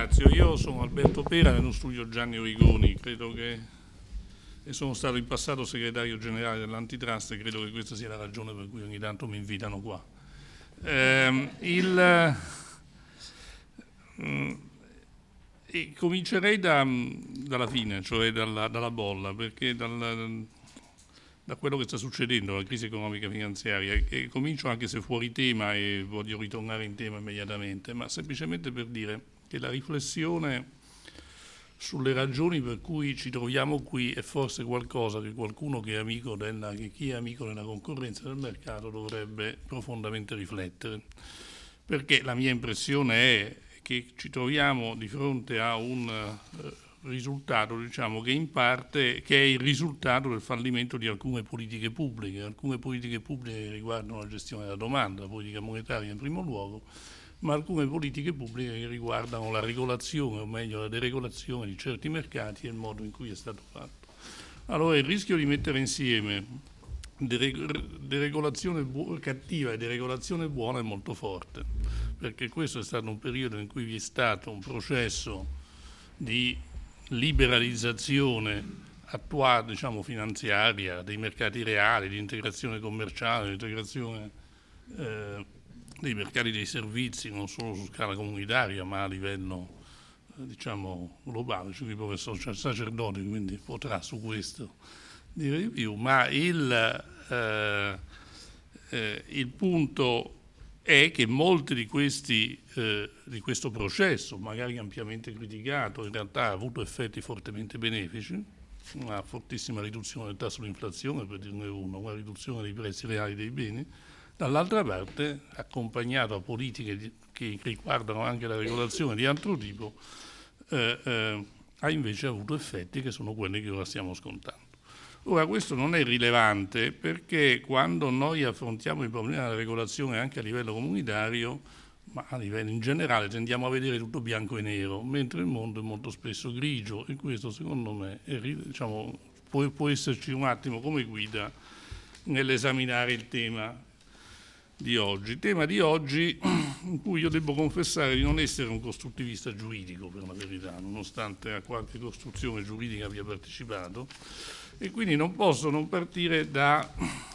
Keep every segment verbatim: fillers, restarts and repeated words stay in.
ringrazio. Io sono Alberto Pera, nello studio Gianni Origoni, credo che e sono stato in passato segretario generale dell'Antitrust e credo che questa sia la ragione per cui ogni tanto mi invitano qua. Eh, il, mm, e comincerei da, dalla fine, cioè dalla, dalla bolla, perché dal, da quello che sta succedendo, la crisi economica e finanziaria, e comincio anche se fuori tema e voglio ritornare in tema immediatamente, ma semplicemente per dire che la riflessione sulle ragioni per cui ci troviamo qui è forse qualcosa che qualcuno che è amico della, che chi è amico della concorrenza del mercato dovrebbe profondamente riflettere, perché la mia impressione è che ci troviamo di fronte a un eh, risultato, diciamo, che in parte che è il risultato del fallimento di alcune politiche pubbliche, alcune politiche pubbliche che riguardano la gestione della domanda, la politica monetaria in primo luogo, ma alcune politiche pubbliche che riguardano la regolazione, o meglio la deregolazione di certi mercati e il modo in cui è stato fatto. Allora il rischio di mettere insieme deregolazione bu- cattiva e deregolazione buona è molto forte, perché questo è stato un periodo in cui vi è stato un processo di liberalizzazione attuale, diciamo, finanziaria dei mercati reali, di integrazione commerciale, di integrazione eh, dei mercati dei servizi, non solo su scala comunitaria ma a livello eh, diciamo globale. C'è qui il professor Sacerdoti, quindi potrà su questo dire di più, ma il, eh, eh, il punto è che molti di questi eh, di questo processo, magari ampiamente criticato, in realtà ha avuto effetti fortemente benefici, una fortissima riduzione del tasso di inflazione, per dirne uno, una riduzione dei prezzi reali dei beni. Dall'altra parte, accompagnato a politiche di, che riguardano anche la regolazione di altro tipo, eh, eh, ha invece avuto effetti che sono quelli che ora stiamo scontando. Ora, questo non è rilevante perché quando noi affrontiamo il problema della regolazione anche a livello comunitario, ma a livello in generale, tendiamo a vedere tutto bianco e nero, mentre il mondo è molto spesso grigio, e questo secondo me è, diciamo, può, può esserci un attimo come guida nell'esaminare il tema di oggi. Il tema di oggi in cui io devo confessare di non essere un costruttivista giuridico, per la verità, nonostante a qualche costruzione giuridica abbia partecipato, e quindi non posso non partire da,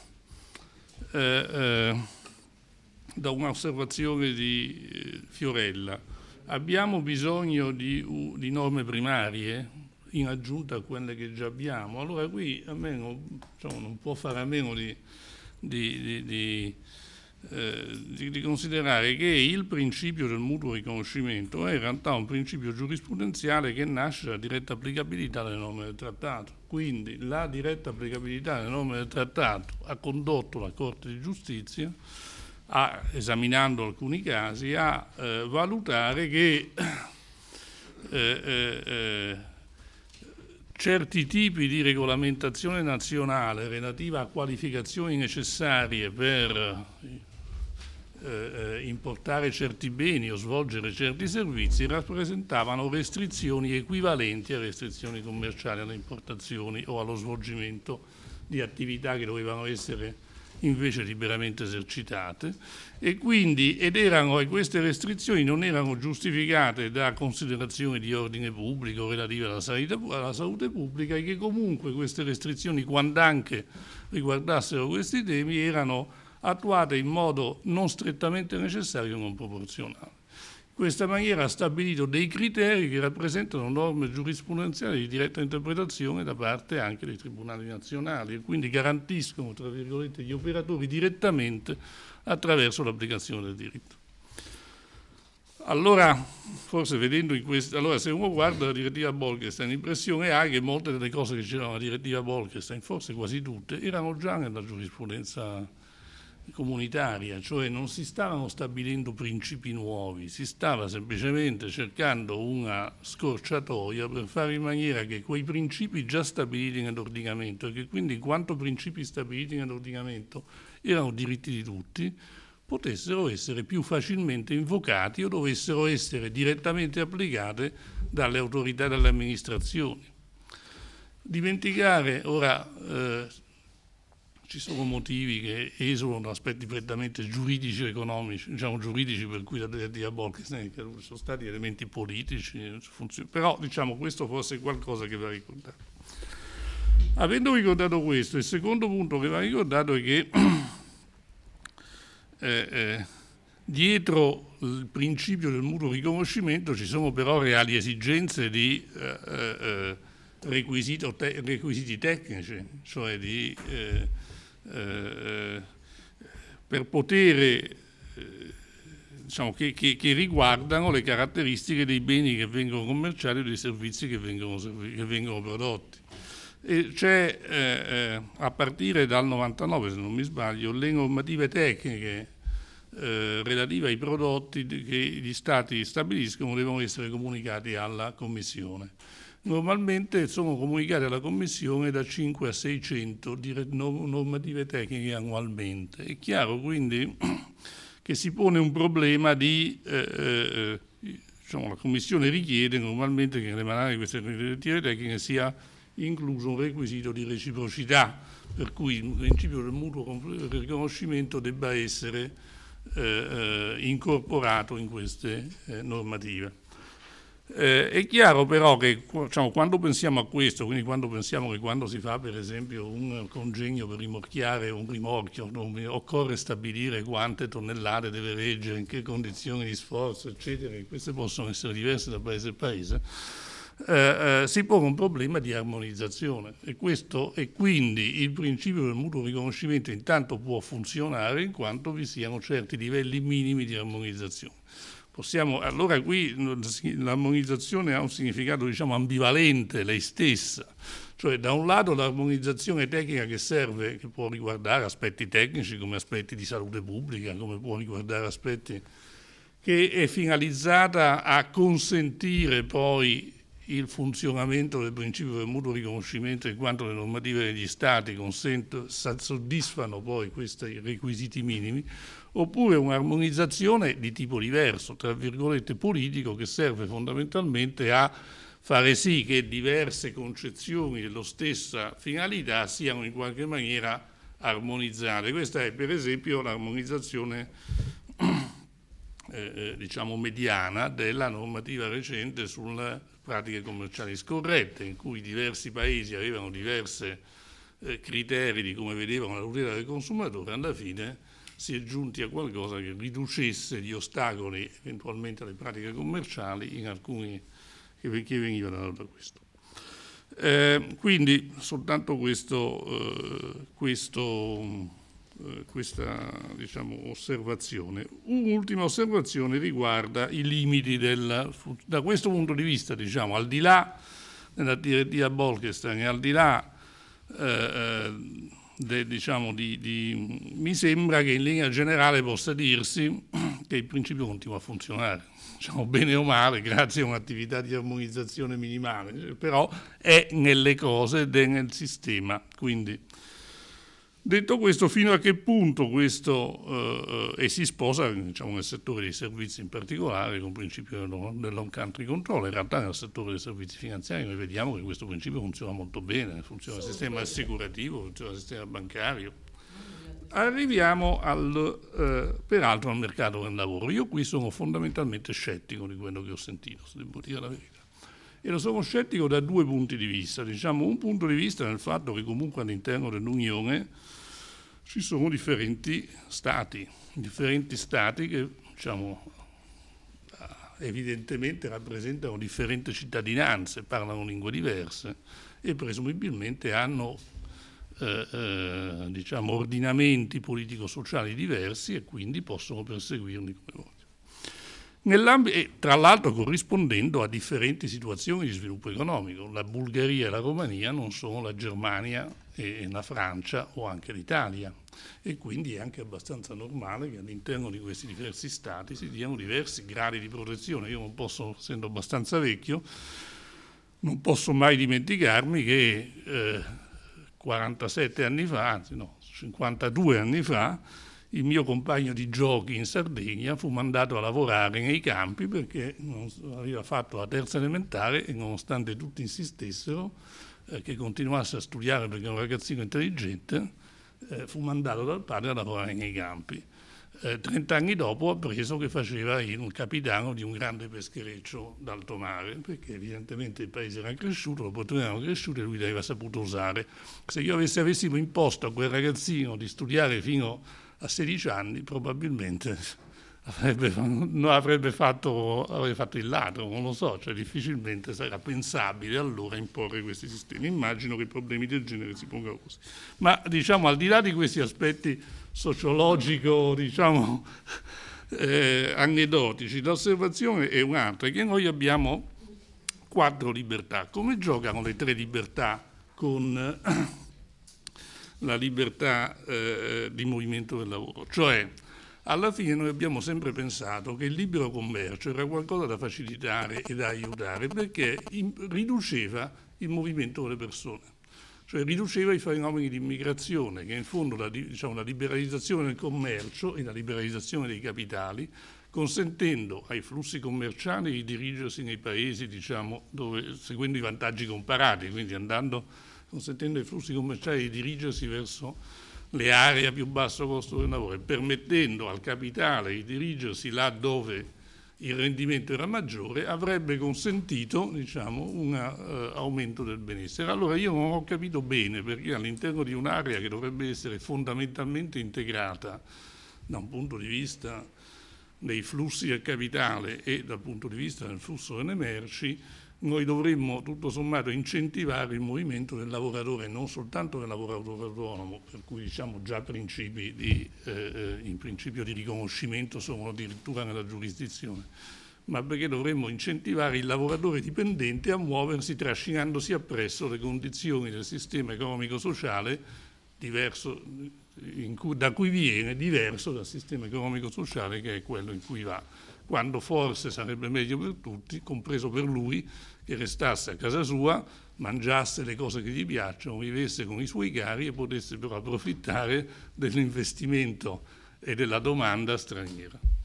eh, eh, da un'osservazione di eh, Fiorella. Abbiamo bisogno di, uh, di norme primarie in aggiunta a quelle che già abbiamo. Allora qui almeno, diciamo, non può fare a meno di, di, di, di Eh, di, di considerare che il principio del mutuo riconoscimento è in realtà un principio giurisprudenziale che nasce dalla diretta applicabilità delle norme del trattato. Quindi la diretta applicabilità delle norme del trattato ha condotto la Corte di Giustizia, a, esaminando alcuni casi, a eh, valutare che eh, eh, eh, certi tipi di regolamentazione nazionale relativa a qualificazioni necessarie per eh, importare certi beni o svolgere certi servizi rappresentavano restrizioni equivalenti a restrizioni commerciali alle importazioni o allo svolgimento di attività che dovevano essere invece liberamente esercitate, e quindi ed erano e queste restrizioni non erano giustificate da considerazioni di ordine pubblico relative alla salute, alla salute pubblica, e che comunque queste restrizioni, quando anche riguardassero questi temi, erano attuate in modo non strettamente necessario e non proporzionale. In questa maniera ha stabilito dei criteri che rappresentano norme giurisprudenziali di diretta interpretazione da parte anche dei tribunali nazionali, e quindi garantiscono, tra virgolette, gli operatori direttamente attraverso l'applicazione del diritto. Allora, forse vedendo in questo, allora se uno guarda la direttiva Bolkestein, l'impressione ha che molte delle cose che c'erano nella direttiva Bolkestein, forse quasi tutte, erano già nella giurisprudenza comunitaria, cioè non si stavano stabilendo principi nuovi, si stava semplicemente cercando una scorciatoia per fare in maniera che quei principi già stabiliti nell'ordinamento, e che quindi in quanto principi stabiliti nell'ordinamento erano diritti di tutti, potessero essere più facilmente invocati o dovessero essere direttamente applicate dalle autorità e dalle amministrazioni. Dimenticare ora eh, ci sono motivi che esulano da aspetti prettamente giuridici e economici, diciamo giuridici per cui la direttiva Bolkestein, che sono stati elementi politici, però diciamo questo forse è qualcosa che va ricordato. Avendo ricordato questo, il secondo punto che va ricordato è che eh, eh, dietro il principio del mutuo riconoscimento ci sono però reali esigenze di eh, eh, requisito te- requisiti tecnici, cioè di, eh, eh, per poter, eh, diciamo, che, che, che riguardano le caratteristiche dei beni che vengono commerciati o dei servizi che vengono, che vengono prodotti. E c'è eh, a partire dal novantanove, se non mi sbaglio, le normative tecniche eh, relative ai prodotti che gli Stati stabiliscono devono essere comunicati alla Commissione. Normalmente sono comunicati alla Commissione da cinque a seicento normative tecniche annualmente. È chiaro quindi che si pone un problema di... Eh, diciamo, la Commissione richiede normalmente che nell'emanare di queste direttive tecniche sia incluso un requisito di reciprocità, per cui il principio del mutuo riconoscimento debba essere eh, eh, incorporato in queste eh, normative. Eh, è chiaro però che, diciamo, quando pensiamo a questo, quindi quando pensiamo che quando si fa per esempio un congegno per rimorchiare un rimorchio occorre stabilire quante tonnellate deve reggere, in che condizioni di sforzo, eccetera, che queste possono essere diverse da paese a paese, eh, eh, si pone un problema di armonizzazione e questo e quindi il principio del mutuo riconoscimento intanto può funzionare in quanto vi siano certi livelli minimi di armonizzazione. Possiamo, allora qui l'armonizzazione ha un significato, diciamo, ambivalente lei stessa, cioè da un lato l'armonizzazione tecnica che serve, che può riguardare aspetti tecnici come aspetti di salute pubblica, come può riguardare aspetti che è finalizzata a consentire poi il funzionamento del principio del mutuo riconoscimento in quanto le normative degli Stati soddisfano poi questi requisiti minimi, oppure un'armonizzazione di tipo diverso, tra virgolette politico, che serve fondamentalmente a fare sì che diverse concezioni dello stessa finalità siano in qualche maniera armonizzate. Questa è per esempio l'armonizzazione eh, diciamo mediana della normativa recente sulle pratiche commerciali scorrette, in cui diversi paesi avevano diversi eh, criteri di come vedevano la tutela del consumatore. Alla fine si è giunti a qualcosa che riducesse gli ostacoli eventualmente alle pratiche commerciali in alcuni che, che venivano da questo. Eh, quindi soltanto questo, eh, questo, eh, questa diciamo, osservazione. Un'ultima osservazione riguarda i limiti del, da questo punto di vista, diciamo, al di là della direttiva Bolkestein e al di là eh, De, diciamo di, di, mi sembra che in linea generale possa dirsi che il principio continua a funzionare, diciamo, bene o male, grazie a un'attività di armonizzazione minimale, però è nelle cose ed è nel sistema. Quindi, detto questo, fino a che punto questo eh, e si sposa, diciamo, nel settore dei servizi in particolare con il principio dell'on country control. In realtà nel settore dei servizi finanziari noi vediamo che questo principio funziona molto bene, funziona il sistema assicurativo, funziona il sistema bancario. Arriviamo al, eh, peraltro al mercato del lavoro. Io qui sono fondamentalmente scettico di quello che ho sentito, se devo dire la verità. E lo sono scettico da due punti di vista. Diciamo, un punto di vista nel fatto che comunque all'interno dell'Unione ci sono differenti stati, differenti stati che, diciamo, evidentemente rappresentano differenti cittadinanze, parlano lingue diverse e presumibilmente hanno eh, eh, diciamo, ordinamenti politico-sociali diversi e quindi possono perseguirli come vogliono. E tra l'altro corrispondendo a differenti situazioni di sviluppo economico. La Bulgaria e la Romania non sono la Germania e la Francia o anche l'Italia e quindi è anche abbastanza normale che all'interno di questi diversi stati si diano diversi gradi di protezione. Io non posso, essendo abbastanza vecchio, non posso mai dimenticarmi che eh, quarantasette anni fa, anzi no, cinquantadue anni fa, il mio compagno di giochi in Sardegna fu mandato a lavorare nei campi perché non aveva fatto la terza elementare e nonostante tutti insistessero eh, che continuasse a studiare perché era un ragazzino intelligente, eh, fu mandato dal padre a lavorare nei campi. Trent'anni dopo ho appreso che faceva il capitano di un grande peschereccio d'alto mare, perché evidentemente il paese era cresciuto, lo potevano cresciuto e lui l'aveva saputo usare. Se io avessi, avessimo imposto a quel ragazzino di studiare fino a sedici anni, probabilmente avrebbe, non avrebbe fatto, avrebbe fatto il ladro, non lo so, cioè difficilmente sarà pensabile allora imporre questi sistemi. Immagino che problemi del genere si pongano così. Ma diciamo, al di là di questi aspetti sociologico, diciamo, eh, aneddotici, l'osservazione è un'altra, che noi abbiamo quattro libertà. Come giocano le tre libertà con la libertà eh, di movimento del lavoro? Cioè, alla fine noi abbiamo sempre pensato che il libero commercio era qualcosa da facilitare e da aiutare, perché in, riduceva il movimento delle persone. Cioè riduceva i fenomeni di immigrazione, che in fondo la, diciamo, la liberalizzazione del commercio e la liberalizzazione dei capitali, consentendo ai flussi commerciali di dirigersi nei paesi, diciamo, dove, seguendo i vantaggi comparati, quindi andando, consentendo ai flussi commerciali di dirigersi verso le aree a più basso costo del lavoro e permettendo al capitale di dirigersi là dove il rendimento era maggiore, avrebbe consentito, diciamo, un uh, aumento del benessere. Allora io non ho capito bene perché all'interno di un'area che dovrebbe essere fondamentalmente integrata da un punto di vista dei flussi del capitale e dal punto di vista del flusso delle merci, noi dovremmo tutto sommato incentivare il movimento del lavoratore, non soltanto del lavoratore autonomo, per cui diciamo già principi di, eh, in principio di riconoscimento sono addirittura nella giurisdizione, ma perché dovremmo incentivare il lavoratore dipendente a muoversi trascinandosi appresso le condizioni del sistema economico-sociale diverso, in cui, da cui viene, diverso dal sistema economico-sociale che è quello in cui va, quando forse sarebbe meglio per tutti, compreso per lui, che restasse a casa sua, mangiasse le cose che gli piacciono, vivesse con i suoi cari e potesse però approfittare dell'investimento e della domanda straniera.